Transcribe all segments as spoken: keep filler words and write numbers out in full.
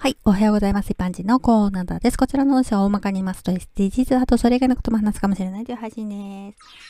はい。おはようございます。一般人のコーナーです。こちらの音声は大まかに言いますと エスディージーズ、あとそれ以外のことも話すかもしれないという配信です。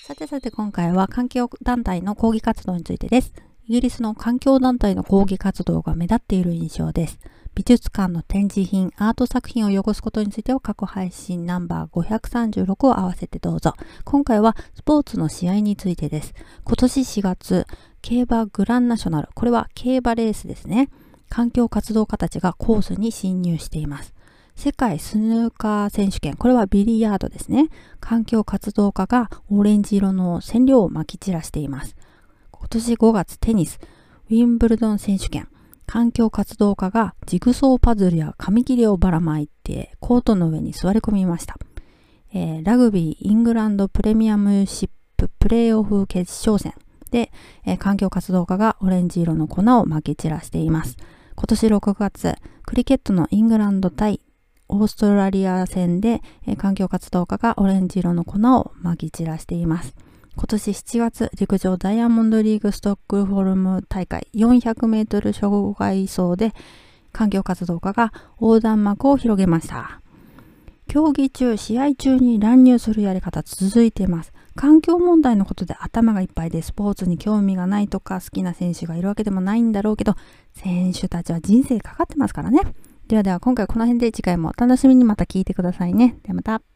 さてさて今回は環境団体の抗議活動についてです。イギリスの環境団体の抗議活動が目立っている印象です。美術館の展示品、アート作品を汚すことについては過去配信ナンバーごひゃくさんじゅうろくを合わせてどうぞ。今回はスポーツの試合についてです。今年しがつ、競馬グランナショナル、これは競馬レースですね。環境活動家たちがコースに侵入しています。世界スヌーカー選手権、これはビリヤードですね。環境活動家がオレンジ色の染料をまき散らしています。今年ごがつテニス、ウィンブルドン選手権、環境活動家がジグソーパズルや紙切れをばらまいてコートの上に座り込みました。えー、ラグビーイングランドプレミアムシッププレーオフ決勝戦で、えー、環境活動家がオレンジ色の粉をまき散らしています。今年ろくがつ、クリケットのイングランド対オーストラリア戦で、えー、環境活動家がオレンジ色の粉をまき散らしています。今年しちがつ、陸上ダイヤモンドリーグストックホルム大会よんひゃくメートル障害走で環境活動家が横断幕を広げました。競技中、試合中に乱入するやり方続いています。環境問題のことで頭がいっぱいでスポーツに興味がないとか好きな選手がいるわけでもないんだろうけど、選手たちは人生かかってますからね。ではでは今回この辺で、次回もお楽しみにまた聞いてくださいね。ではまた。